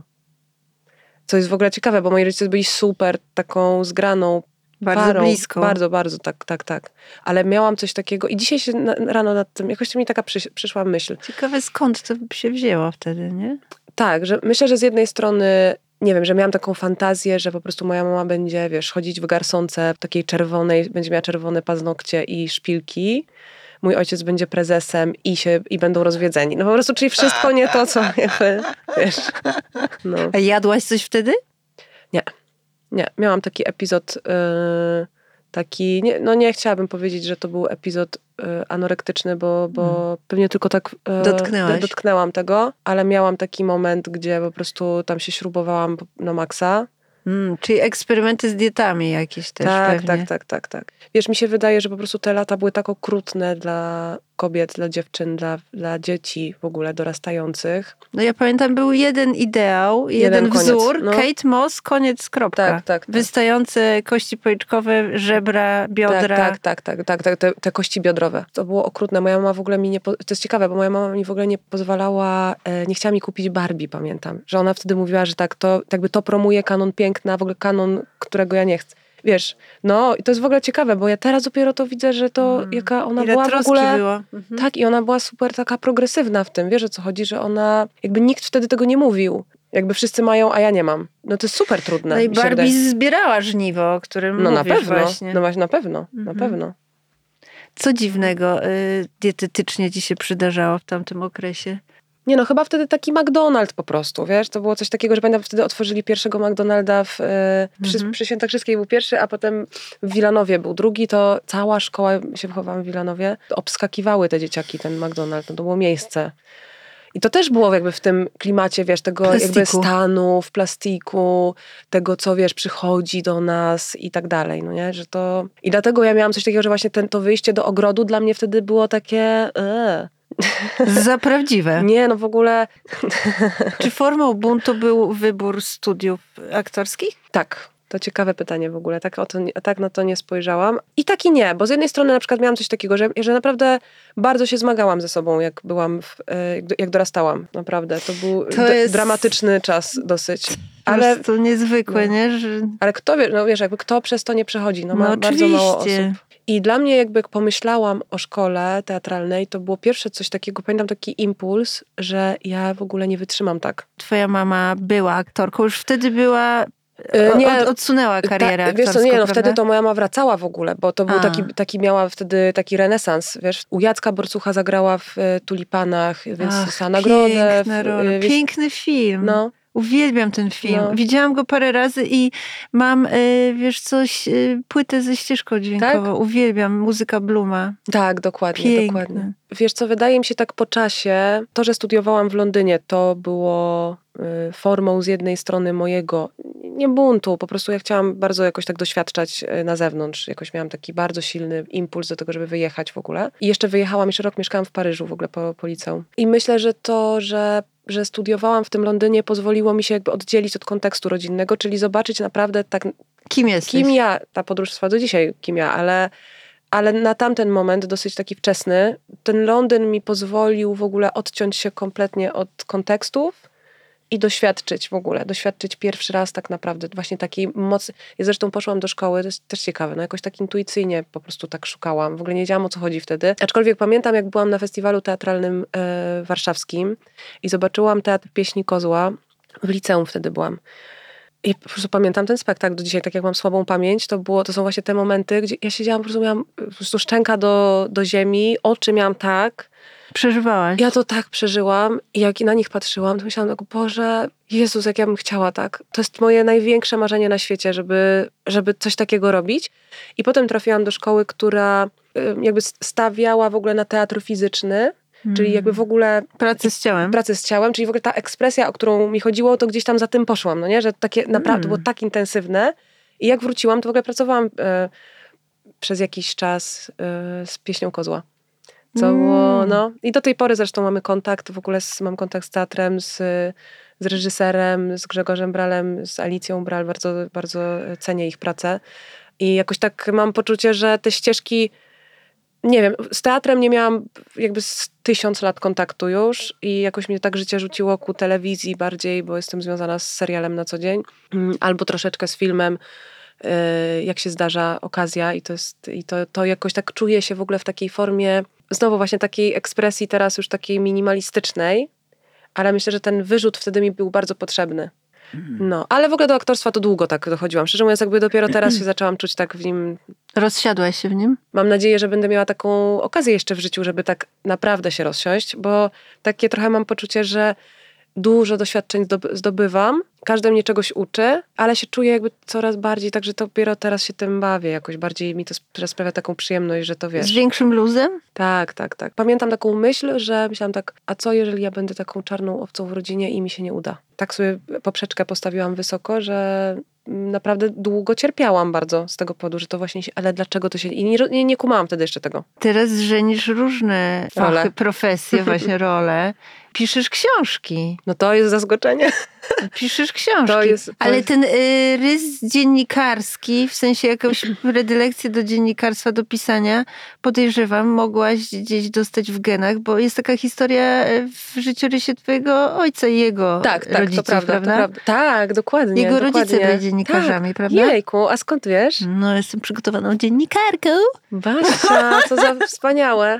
S2: Co jest w ogóle ciekawe, bo moi rodzice byli super taką zgraną
S1: Bardzo
S2: parą.
S1: blisko.
S2: Bardzo, bardzo, tak, tak, tak. Ale miałam coś takiego i dzisiaj się na, rano nad tym, jakoś mi taka przy, przyszła myśl.
S1: Ciekawe, skąd to się wzięło wtedy, nie?
S2: Tak, że myślę, że z jednej strony, nie wiem, że miałam taką fantazję, że po prostu moja mama będzie, wiesz, chodzić w garsonce takiej czerwonej, będzie miała czerwone paznokcie i szpilki. Mój ojciec będzie prezesem i się i będą rozwiedzeni. No po prostu, czyli wszystko nie to, co jakby, wiesz. No.
S1: A jadłaś coś wtedy?
S2: Nie. Nie. Miałam taki epizod, yy, taki, nie, no nie chciałabym powiedzieć, że to był epizod yy, anorektyczny, bo, bo hmm. pewnie tylko tak yy,
S1: Dotknęłaś.
S2: dotknęłam tego, ale miałam taki moment, gdzie po prostu tam się śrubowałam na maksa.
S1: Mm, czyli eksperymenty z dietami jakieś też
S2: tak,
S1: pewnie.
S2: Tak, tak, tak, tak. Wiesz, mi się wydaje, że po prostu te lata były tak okrutne dla kobiet, dla dziewczyn, dla, dla dzieci w ogóle dorastających.
S1: No ja pamiętam, był jeden ideał, jeden,
S2: jeden
S1: wzór,
S2: koniec, no.
S1: Kate Moss, koniec, kropka.
S2: Tak, tak, tak.
S1: Wystające kości policzkowe, żebra, biodra.
S2: Tak, tak, tak, tak, tak, tak te, te kości biodrowe. To było okrutne. Moja mama w ogóle mi nie... Po... To jest ciekawe, bo moja mama mi w ogóle nie pozwalała, e, nie chciała mi kupić Barbie, pamiętam. Że ona wtedy mówiła, że tak, to jakby to promuje kanon piękna, w ogóle kanon, którego ja nie chcę. Wiesz, no i to jest w ogóle ciekawe, bo ja teraz dopiero to widzę, że to mm. jaka ona
S1: Ile
S2: była w ogóle...
S1: było. Mhm.
S2: Tak, i ona była super taka progresywna w tym. Wiesz, o co chodzi? Że ona... Jakby nikt wtedy tego nie mówił. Jakby wszyscy mają, a ja nie mam. No to jest super trudne.
S1: No i Barbie zbierała żniwo, o którym
S2: no
S1: mówisz
S2: na pewno,
S1: właśnie.
S2: No właśnie, na pewno,
S1: mhm.
S2: na pewno.
S1: Co dziwnego y, dietetycznie ci się przydarzało w tamtym okresie?
S2: Nie no, chyba wtedy taki McDonald's po prostu, wiesz? To było coś takiego, że pamiętam, wtedy otworzyli pierwszego McDonalda w, y, przy,
S1: mhm.
S2: przy Świętokrzyskiej był pierwszy, a potem w Wilanowie był drugi, to cała szkoła, się wychowałam w Wilanowie, obskakiwały te dzieciaki, ten McDonald's, no to było miejsce. I to też było jakby w tym klimacie, wiesz, tego
S1: plastiku.
S2: jakby stanu, w plastiku, tego, co, wiesz, przychodzi do nas i tak dalej, no nie, że to... I dlatego ja miałam coś takiego, że właśnie ten, to wyjście do ogrodu dla mnie wtedy było takie... Eee.
S1: Za prawdziwe.
S2: Nie, no w ogóle...
S1: Czy formą buntu był wybór studiów aktorskich?
S2: Tak. To ciekawe pytanie w ogóle, tak, o to, tak na to nie spojrzałam. I tak i nie, bo z jednej strony na przykład miałam coś takiego, że, że naprawdę bardzo się zmagałam ze sobą, jak byłam, w, jak dorastałam, naprawdę. To był
S1: to
S2: d-
S1: jest...
S2: dramatyczny czas dosyć.
S1: Ale to niezwykłe,
S2: no.
S1: nie? Że...
S2: Ale kto wie, no wiesz, jakby kto przez to nie przechodzi, no,
S1: no
S2: ma bardzo mało osób. I dla mnie jakby jak pomyślałam o szkole teatralnej, to było pierwsze coś takiego, pamiętam taki impuls, że ja w ogóle nie wytrzymam tak.
S1: Twoja mama była aktorką, już wtedy była... O,
S2: nie,
S1: od, odsunęła karierę
S2: ta, wiesz co,
S1: aktorską,
S2: nie, no
S1: prawda?
S2: wtedy to moja mama wracała w ogóle, bo to był taki, taki, miała wtedy taki renesans, wiesz. U Jacka Borcucha zagrała w e, Tulipanach, więc
S1: Ach,
S2: dostała nagrodę.
S1: W, wiesz, piękny film.
S2: No.
S1: Uwielbiam ten film. No. Widziałam go parę razy i mam, y, wiesz, coś, y, płytę ze ścieżką dźwiękową. Tak? Uwielbiam, muzyka Bluma.
S2: Tak, dokładnie,
S1: Piękne.
S2: dokładnie. Wiesz co, wydaje mi się tak po czasie, to, że studiowałam w Londynie, to było y, formą z jednej strony mojego, nie buntu, po prostu ja chciałam bardzo jakoś tak doświadczać na zewnątrz. Jakoś miałam taki bardzo silny impuls do tego, żeby wyjechać w ogóle. I jeszcze wyjechałam, jeszcze rok mieszkałam w Paryżu w ogóle po, po liceum. I myślę, że to, że że studiowałam w tym Londynie, pozwoliło mi się jakby oddzielić od kontekstu rodzinnego, czyli zobaczyć naprawdę tak...
S1: Kim jesteś?
S2: Kim ja, ta podróż trwa do dzisiaj, kim ja, ale, ale na tamten moment, dosyć taki wczesny, ten Londyn mi pozwolił w ogóle odciąć się kompletnie od kontekstów i doświadczyć w ogóle, doświadczyć pierwszy raz tak naprawdę właśnie takiej mocy. Ja zresztą poszłam do szkoły, to jest też ciekawe, no jakoś tak intuicyjnie po prostu tak szukałam. W ogóle nie wiedziałam, o co chodzi wtedy. Aczkolwiek pamiętam, jak byłam na festiwalu teatralnym e, warszawskim i zobaczyłam Teatr Pieśni Kozła. W liceum wtedy byłam. I po prostu pamiętam ten spektakl do dzisiaj, tak jak mam słabą pamięć, to było, to są właśnie te momenty, gdzie ja siedziałam, po prostu miałam po prostu szczęka do, do ziemi, oczy miałam tak.
S1: Przeżywałaś.
S2: Ja to tak przeżyłam i jak na nich patrzyłam, to myślałam tak, Boże, Jezus, jak ja bym chciała tak. To jest moje największe marzenie na świecie, żeby, żeby coś takiego robić. I potem trafiłam do szkoły, która jakby stawiała w ogóle na teatr fizyczny, hmm. czyli jakby w ogóle...
S1: Pracę z ciałem.
S2: Pracę z ciałem, czyli w ogóle ta ekspresja, o którą mi chodziło, to gdzieś tam za tym poszłam, no nie? Że takie naprawdę hmm. było tak intensywne. I jak wróciłam, to w ogóle pracowałam e, przez jakiś czas e, z Pieśnią Kozła. Co mm. było, no. I do tej pory zresztą mamy kontakt, w ogóle z, mam kontakt z teatrem, z, z reżyserem, z Grzegorzem Bralem, z Alicją Bral, bardzo, bardzo cenię ich pracę. I jakoś tak mam poczucie, że te ścieżki, nie wiem, z teatrem nie miałam jakby z tysiąc lat kontaktu już i jakoś mnie tak życie rzuciło ku telewizji bardziej, bo jestem związana z serialem na co dzień, albo troszeczkę z filmem, jak się zdarza okazja i to jest, i to, to jakoś tak czuję się w ogóle w takiej formie, znowu właśnie takiej ekspresji teraz już takiej minimalistycznej, ale myślę, że ten wyrzut wtedy mi był bardzo potrzebny. No, ale w ogóle do aktorstwa to długo tak dochodziłam. Szczerze mówiąc, jakby dopiero teraz się zaczęłam czuć tak w nim.
S1: Rozsiadłaś się w nim?
S2: Mam nadzieję, że będę miała taką okazję jeszcze w życiu, żeby tak naprawdę się rozsiąść, bo takie trochę mam poczucie, że dużo doświadczeń zdobywam, każdy mnie czegoś uczy, ale się czuję jakby coraz bardziej, także dopiero teraz się tym bawię, jakoś bardziej mi to sprawia taką przyjemność, że to wiesz.
S1: Z większym luzem?
S2: Tak, tak, tak. Pamiętam taką myśl, że myślałam tak, a co jeżeli ja będę taką czarną owcą w rodzinie i mi się nie uda? Tak sobie poprzeczkę postawiłam wysoko, że, naprawdę długo cierpiałam bardzo z tego powodu, że to właśnie się, ale dlaczego to się... I nie, nie, nie kumałam wtedy jeszcze tego.
S1: Teraz żenisz różne
S2: Role.
S1: fachy, profesje, właśnie role. Piszesz książki.
S2: No to jest zaskoczenie.
S1: Piszesz książki.
S2: To jest, to
S1: ale
S2: jest...
S1: ten y, rys dziennikarski, w sensie jakąś predylekcję do dziennikarstwa, do pisania, podejrzewam, mogłaś gdzieś dostać w genach, bo jest taka historia w życiorysie twojego ojca i jego
S2: tak, tak,
S1: rodziców,
S2: to prawda,
S1: prawda?
S2: To prawda. Tak, dokładnie.
S1: Jego
S2: dokładnie.
S1: rodzice byli dziennikarzami,
S2: tak.
S1: prawda?
S2: Jejku, a skąd wiesz?
S1: No, jestem przygotowaną dziennikarką.
S2: Basia, co za wspaniałe.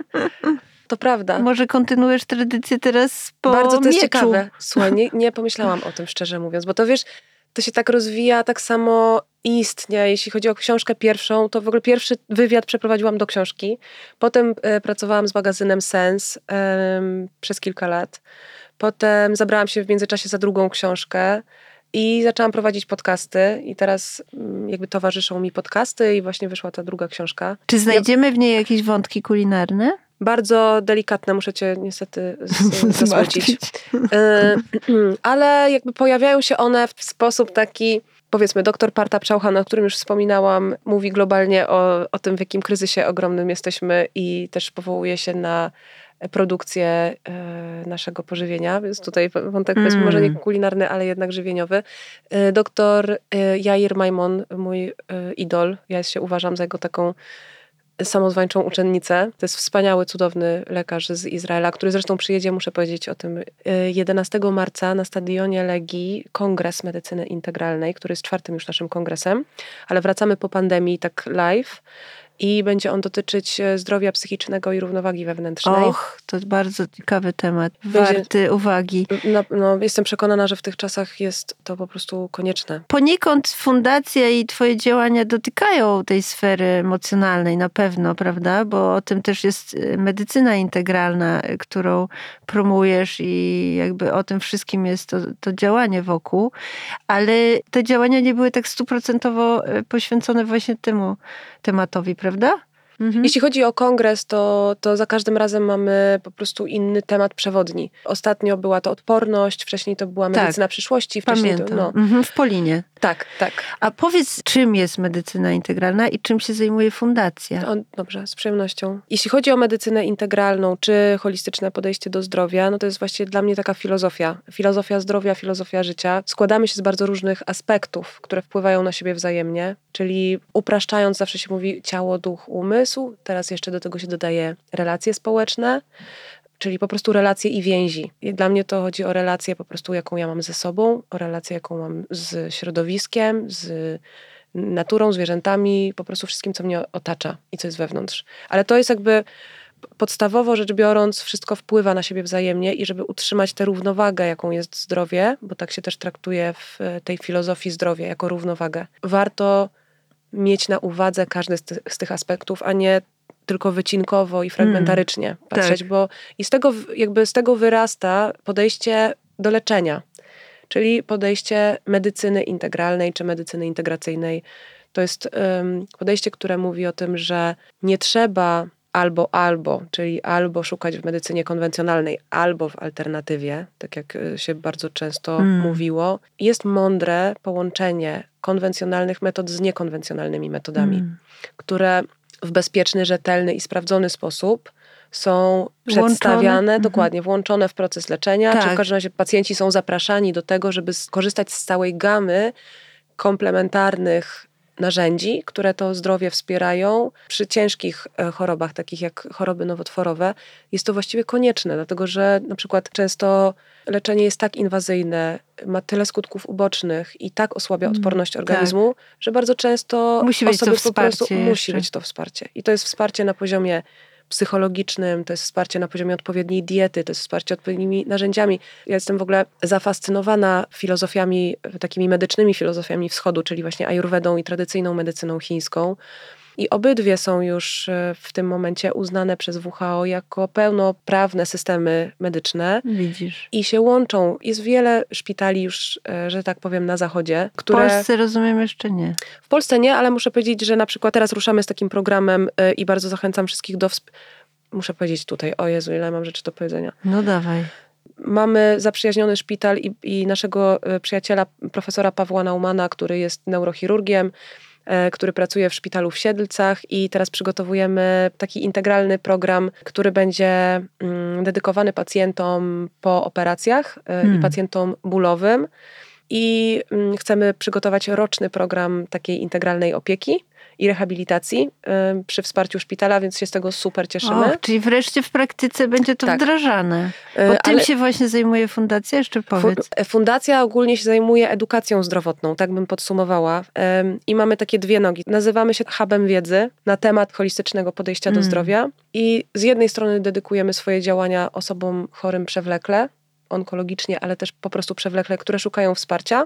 S2: To prawda.
S1: Może kontynuujesz tradycję teraz po
S2: Bardzo to jest
S1: mieczu.
S2: ciekawe. Słuchaj, nie, nie pomyślałam o tym, szczerze mówiąc, bo to wiesz, to się tak rozwija, tak samo istnie. Jeśli chodzi o książkę pierwszą, to w ogóle pierwszy wywiad przeprowadziłam do książki. Potem e, pracowałam z magazynem Sens e, przez kilka lat. Potem zabrałam się w międzyczasie za drugą książkę i zaczęłam prowadzić podcasty i teraz mm, jakby towarzyszą mi podcasty i właśnie wyszła ta druga książka.
S1: Czy znajdziemy w niej jakieś wątki kulinarne?
S2: Bardzo delikatne, muszę cię niestety z- zasmucić. E, ale jakby pojawiają się one w sposób taki, powiedzmy, doktor Parta Pchałhan, o którym już wspominałam, mówi globalnie o, o tym, w jakim kryzysie ogromnym jesteśmy i też powołuje się na produkcję e, naszego pożywienia. Więc tutaj wątek mm. powiedzmy może nie kulinarny, ale jednak żywieniowy. E, doktor e, Jair Maimon, mój e, idol, ja się uważam za jego taką samozwańczą uczennicę. To jest wspaniały, cudowny lekarz z Izraela, który zresztą przyjedzie, muszę powiedzieć o tym, jedenastego marca na stadionie Legii kongres medycyny integralnej, który jest czwartym już naszym kongresem, ale wracamy po pandemii tak live i będzie on dotyczyć zdrowia psychicznego i równowagi wewnętrznej.
S1: Och, to bardzo ciekawy temat. Warty będzie, uwagi.
S2: No, no, jestem przekonana, że w tych czasach jest to po prostu konieczne.
S1: Poniekąd fundacja i twoje działania dotykają tej sfery emocjonalnej na pewno, prawda? Bo o tym też jest medycyna integralna, którą promujesz i jakby o tym wszystkim jest to, to działanie wokół. Ale te działania nie były tak stuprocentowo poświęcone właśnie temu tematowi, prawda?
S2: Mhm. Jeśli chodzi o kongres, to, to za każdym razem mamy po prostu inny temat przewodni. Ostatnio była to odporność, wcześniej to była medycyna
S1: tak,
S2: przyszłości. Wcześniej
S1: pamiętam.
S2: To, no.
S1: mhm, w Polinie.
S2: Tak, tak.
S1: A powiedz, czym jest medycyna integralna i czym się zajmuje fundacja?
S2: O, dobrze, z przyjemnością. Jeśli chodzi o medycynę integralną, czy holistyczne podejście do zdrowia, no to jest właściwie dla mnie taka filozofia. Filozofia zdrowia, filozofia życia. Składamy się z bardzo różnych aspektów, które wpływają na siebie wzajemnie, czyli upraszczając zawsze się mówi ciało, duch, umysł. Teraz jeszcze do tego się dodaje relacje społeczne, czyli po prostu relacje i więzi. I dla mnie to chodzi o relację po prostu, jaką ja mam ze sobą, o relację, jaką mam z środowiskiem, z naturą, zwierzętami, po prostu wszystkim, co mnie otacza i co jest wewnątrz. Ale to jest jakby podstawowo rzecz biorąc, wszystko wpływa na siebie wzajemnie i żeby utrzymać tę równowagę, jaką jest zdrowie, bo tak się też traktuje w tej filozofii zdrowie, jako równowagę. Warto mieć na uwadze każdy z, ty- z tych aspektów, a nie tylko wycinkowo i fragmentarycznie mm, patrzeć, tak. bo i z tego, jakby z tego wyrasta podejście do leczenia, czyli podejście medycyny integralnej czy medycyny integracyjnej. To jest um, podejście, które mówi o tym, że nie trzeba albo albo, czyli albo szukać w medycynie konwencjonalnej, albo w alternatywie, tak jak się bardzo często mm. mówiło. Jest mądre połączenie konwencjonalnych metod z niekonwencjonalnymi metodami, mm. które w bezpieczny, rzetelny i sprawdzony sposób są włączone. przedstawiane, mhm. dokładnie, włączone w proces leczenia, tak. czy w każdym razie pacjenci są zapraszani do tego, żeby skorzystać z całej gamy komplementarnych narzędzi, które to zdrowie wspierają. Przy ciężkich chorobach, takich jak choroby nowotworowe, jest to właściwie konieczne, dlatego że na przykład często leczenie jest tak inwazyjne, ma tyle skutków ubocznych i tak osłabia odporność organizmu, tak. że bardzo często
S1: musi być
S2: osoby
S1: to
S2: po prostu
S1: jeszcze.
S2: musi być to wsparcie. I to jest wsparcie na poziomie psychologicznym, to jest wsparcie na poziomie odpowiedniej diety, to jest wsparcie odpowiednimi narzędziami. Ja jestem w ogóle zafascynowana filozofiami, takimi medycznymi filozofiami wschodu, czyli właśnie ajurwedą i tradycyjną medycyną chińską. I obydwie są już w tym momencie uznane przez W H O jako pełnoprawne systemy medyczne.
S1: Widzisz.
S2: I się łączą. Jest wiele szpitali już, że tak powiem, na zachodzie, które...
S1: W Polsce rozumiem jeszcze nie.
S2: W Polsce nie, ale muszę powiedzieć, że na przykład teraz ruszamy z takim programem i bardzo zachęcam wszystkich do... Wsp... Muszę powiedzieć tutaj, o Jezu, ile mam rzeczy do powiedzenia.
S1: No dawaj.
S2: Mamy zaprzyjaźniony szpital i, i naszego przyjaciela, profesora Pawła Naumana, który jest neurochirurgiem, który pracuje w szpitalu w Siedlcach i teraz przygotowujemy taki integralny program, który będzie dedykowany pacjentom po operacjach hmm. i pacjentom bólowym. I chcemy przygotować roczny program takiej integralnej opieki i rehabilitacji y, przy wsparciu szpitala, więc się z tego super cieszymy.
S1: O, czyli wreszcie w praktyce będzie to
S2: tak.
S1: wdrażane. Bo tym Ale się właśnie zajmuje fundacja? Jeszcze powiedz.
S2: Fundacja ogólnie się zajmuje edukacją zdrowotną, tak bym podsumowała. Y, I mamy takie dwie nogi. Nazywamy się hubem wiedzy na temat holistycznego podejścia mm. do zdrowia. I z jednej strony dedykujemy swoje działania osobom chorym przewlekle, onkologicznie, ale też po prostu przewlekle, które szukają wsparcia.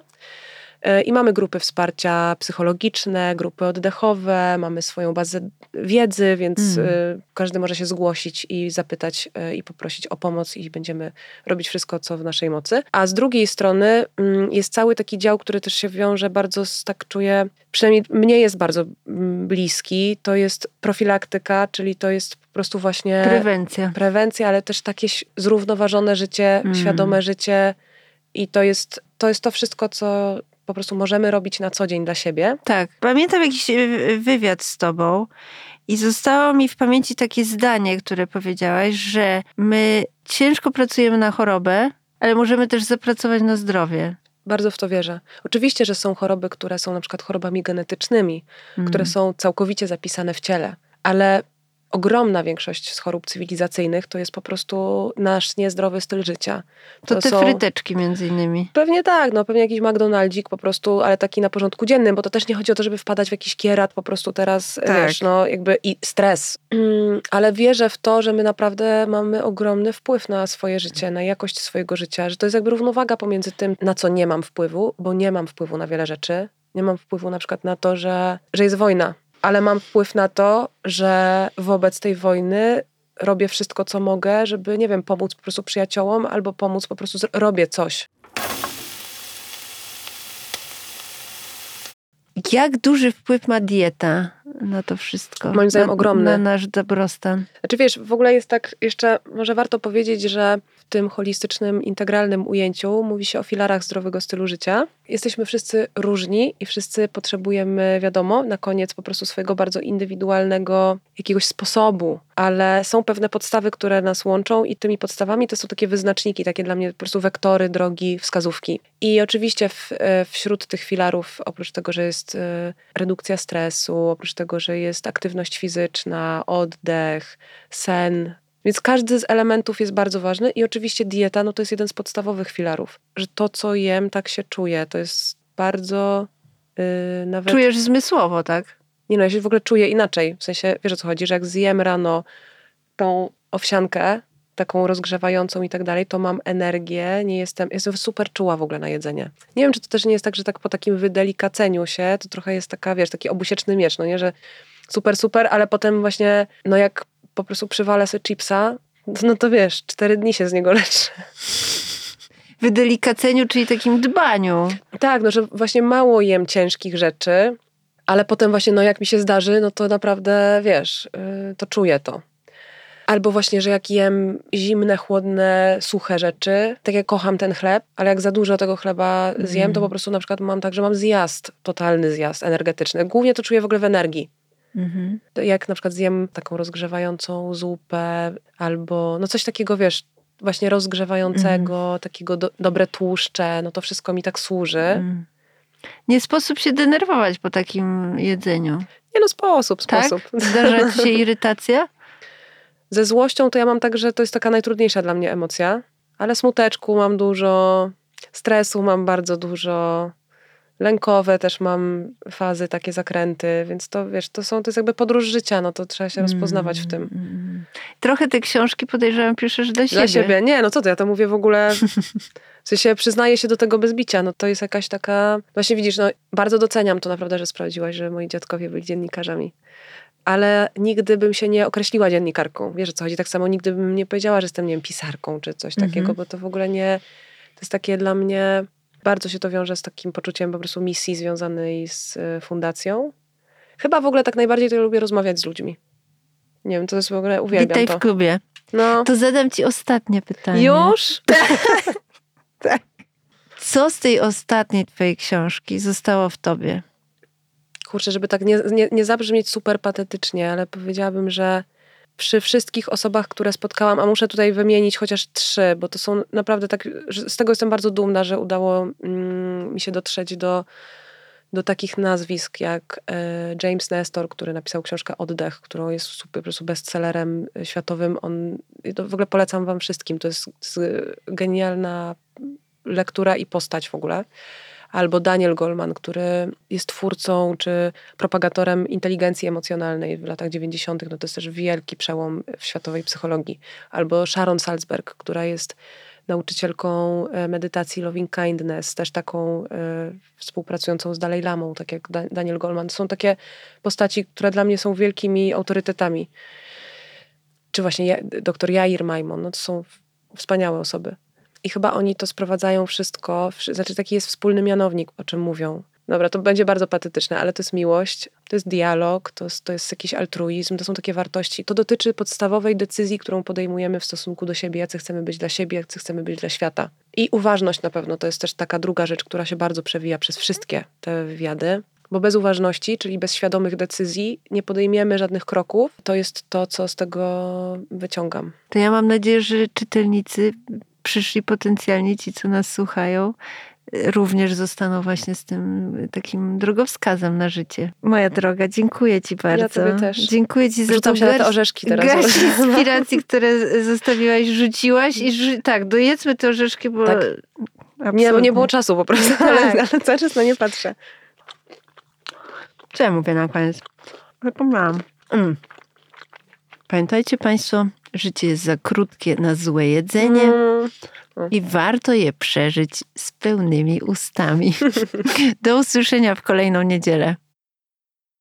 S2: I mamy grupy wsparcia psychologiczne, grupy oddechowe, mamy swoją bazę wiedzy, więc mm. każdy może się zgłosić i zapytać i poprosić o pomoc i będziemy robić wszystko, co w naszej mocy. A z drugiej strony jest cały taki dział, który też się wiąże bardzo, tak czuję, przynajmniej mnie jest bardzo bliski, to jest profilaktyka, czyli to jest po prostu właśnie
S1: prewencja,
S2: prewencja, ale też takie zrównoważone życie, mm. świadome życie i to jest, to jest to wszystko, co po prostu możemy robić na co dzień dla siebie.
S1: Tak. Pamiętam jakiś wywiad z tobą i zostało mi w pamięci takie zdanie, które powiedziałaś, że my ciężko pracujemy na chorobę, ale możemy też zapracować na zdrowie.
S2: Bardzo w to wierzę. Oczywiście, że są choroby, które są na przykład chorobami genetycznymi, mm. które są całkowicie zapisane w ciele, ale ogromna większość z chorób cywilizacyjnych to jest po prostu nasz niezdrowy styl życia.
S1: To, to te są fryteczki między innymi.
S2: Pewnie tak, no pewnie jakiś McDonaldzik po prostu, ale taki na porządku dziennym, bo to też nie chodzi o to, żeby wpadać w jakiś kierat po prostu teraz, tak. wiesz, no jakby i stres. Mm, ale wierzę w to, że my naprawdę mamy ogromny wpływ na swoje życie, na jakość swojego życia, że to jest jakby równowaga pomiędzy tym, na co nie mam wpływu, bo nie mam wpływu na wiele rzeczy. Nie mam wpływu na przykład na to, że, że jest wojna. Ale mam wpływ na to, że wobec tej wojny robię wszystko, co mogę, żeby, nie wiem, pomóc po prostu przyjaciołom albo pomóc, po prostu robię coś.
S1: Jak duży wpływ ma dieta na to wszystko?
S2: Moim zdaniem
S1: na,
S2: ogromny.
S1: Na nasz dobrostan.
S2: Znaczy wiesz, w ogóle jest tak, jeszcze może warto powiedzieć, że w tym holistycznym, integralnym ujęciu mówi się o filarach zdrowego stylu życia. Jesteśmy wszyscy różni i wszyscy potrzebujemy, wiadomo, na koniec po prostu swojego bardzo indywidualnego jakiegoś sposobu, ale są pewne podstawy, które nas łączą i tymi podstawami to są takie wyznaczniki, takie dla mnie po prostu wektory, drogi, wskazówki. I oczywiście w, wśród tych filarów, oprócz tego, że jest redukcja stresu, oprócz tego, że jest aktywność fizyczna, oddech, sen, więc każdy z elementów jest bardzo ważny i oczywiście dieta, no to jest jeden z podstawowych filarów, że to, co jem, tak się czuję. To jest bardzo yy, nawet...
S1: Czujesz zmysłowo, tak?
S2: Nie no, ja się w ogóle czuję inaczej. W sensie, wiesz o co chodzi, że jak zjem rano tą owsiankę, taką rozgrzewającą i tak dalej, to mam energię, nie jestem, jestem super czuła w ogóle na jedzenie. Nie wiem, czy to też nie jest tak, że tak po takim wydelikaceniu się, to trochę jest taka, wiesz, taki obusieczny miecz, no nie, że super, super, ale potem właśnie, no jak po prostu przywalę sobie chipsa, no to wiesz, cztery dni się z niego leczę.
S1: Wydelikaceniu, czyli takim dbaniu.
S2: Tak, no że właśnie mało jem ciężkich rzeczy, ale potem właśnie, no jak mi się zdarzy, no to naprawdę, wiesz, yy, to czuję to. Albo właśnie, że jak jem zimne, chłodne, suche rzeczy, tak jak kocham ten chleb, ale jak za dużo tego chleba zjem, mm. to po prostu na przykład mam tak, że mam zjazd, totalny zjazd energetyczny. Głównie to czuję w ogóle w energii. Mm-hmm. Jak na przykład zjem taką rozgrzewającą zupę, albo no coś takiego, wiesz, właśnie rozgrzewającego, mm. takiego do, dobre tłuszcze, no to wszystko mi tak służy. Mm.
S1: Nie sposób się denerwować po takim jedzeniu.
S2: Nie no, sposób, sposób.
S1: Tak? Zdarza ci się irytacja?
S2: Ze złością to ja mam tak, że to jest taka najtrudniejsza dla mnie emocja, ale smuteczku mam dużo, stresu mam bardzo dużo, lękowe też mam fazy, takie zakręty, więc to wiesz, to są, to jest jakby podróż życia, no to trzeba się mm, rozpoznawać w tym.
S1: Mm. Trochę te książki, podejrzewam, piszesz dla siebie.
S2: Dla siebie, nie, no co ty, ja to mówię w ogóle, w sensie przyznaję się do tego bez bicia, no to jest jakaś taka, właśnie widzisz, no bardzo doceniam to naprawdę, że sprawdziłaś, że moi dziadkowie byli dziennikarzami. Ale nigdy bym się nie określiła dziennikarką. Wiesz o co chodzi? Tak samo nigdy bym nie powiedziała, że jestem, nie wiem, pisarką czy coś mm-hmm. takiego, bo to w ogóle nie... To jest takie dla mnie... Bardzo się to wiąże z takim poczuciem po prostu misji związanej z fundacją. Chyba w ogóle tak najbardziej to ja lubię rozmawiać z ludźmi. Nie wiem, to jest w ogóle... Uwielbiam
S1: Witaj
S2: to.
S1: w klubie.
S2: No.
S1: To zadam ci ostatnie pytanie.
S2: Już?
S1: Tak. Co z tej ostatniej twojej książki zostało w tobie?
S2: Kurczę, żeby tak nie, nie, nie zabrzmieć super patetycznie, ale powiedziałabym, że przy wszystkich osobach, które spotkałam, a muszę tutaj wymienić chociaż trzy, bo to są naprawdę tak, z tego jestem bardzo dumna, że udało mm, mi się dotrzeć do, do takich nazwisk jak e, James Nestor, który napisał książkę Oddech, którą jest super, po prostu bestsellerem światowym. On, to w ogóle polecam wam wszystkim, to jest, to jest genialna lektura i postać w ogóle. Albo Daniel Goleman, który jest twórcą czy propagatorem inteligencji emocjonalnej w latach dziewięćdziesiątych. No to jest też wielki przełom w światowej psychologii. Albo Sharon Salzberg, która jest nauczycielką medytacji Loving Kindness, też taką y, współpracującą z Dalai Lamą, tak jak da- Daniel Goleman. To są takie postaci, które dla mnie są wielkimi autorytetami. Czy właśnie ja, dr Jair Maimon. No to są wspaniałe osoby. I chyba oni to sprowadzają wszystko, znaczy taki jest wspólny mianownik, o czym mówią. Dobra, to będzie bardzo patetyczne, ale to jest miłość, to jest dialog, to jest, to jest jakiś altruizm, to są takie wartości. To dotyczy podstawowej decyzji, którą podejmujemy w stosunku do siebie, jacy chcemy być dla siebie, jacy chcemy być dla świata. I uważność na pewno, to jest też taka druga rzecz, która się bardzo przewija przez wszystkie te wywiady. Bo bez uważności, czyli bez świadomych decyzji, nie podejmiemy żadnych kroków. To jest to, co z tego wyciągam.
S1: To ja mam nadzieję, że czytelnicy, przyszli potencjalnie ci, co nas słuchają, również zostaną właśnie z tym takim drogowskazem na życie. Moja droga, dziękuję ci bardzo.
S2: Ja tobie też.
S1: Dziękuję ci za
S2: Rzucam
S1: tą
S2: się na te
S1: garść,
S2: orzeszki teraz.
S1: garść inspiracji, które zostawiłaś, rzuciłaś i rzu- tak, dojedzmy te orzeszki, bo
S2: tak. Nie, bo nie było czasu po prostu,
S1: Tak.
S2: ale, ale cały czas na nie patrzę.
S1: Co ja mówię na koniec? Zapomniałam. Mm. Pamiętajcie państwo, życie jest za krótkie na złe jedzenie
S2: Mm.
S1: i warto je przeżyć z pełnymi ustami. Do usłyszenia w kolejną niedzielę.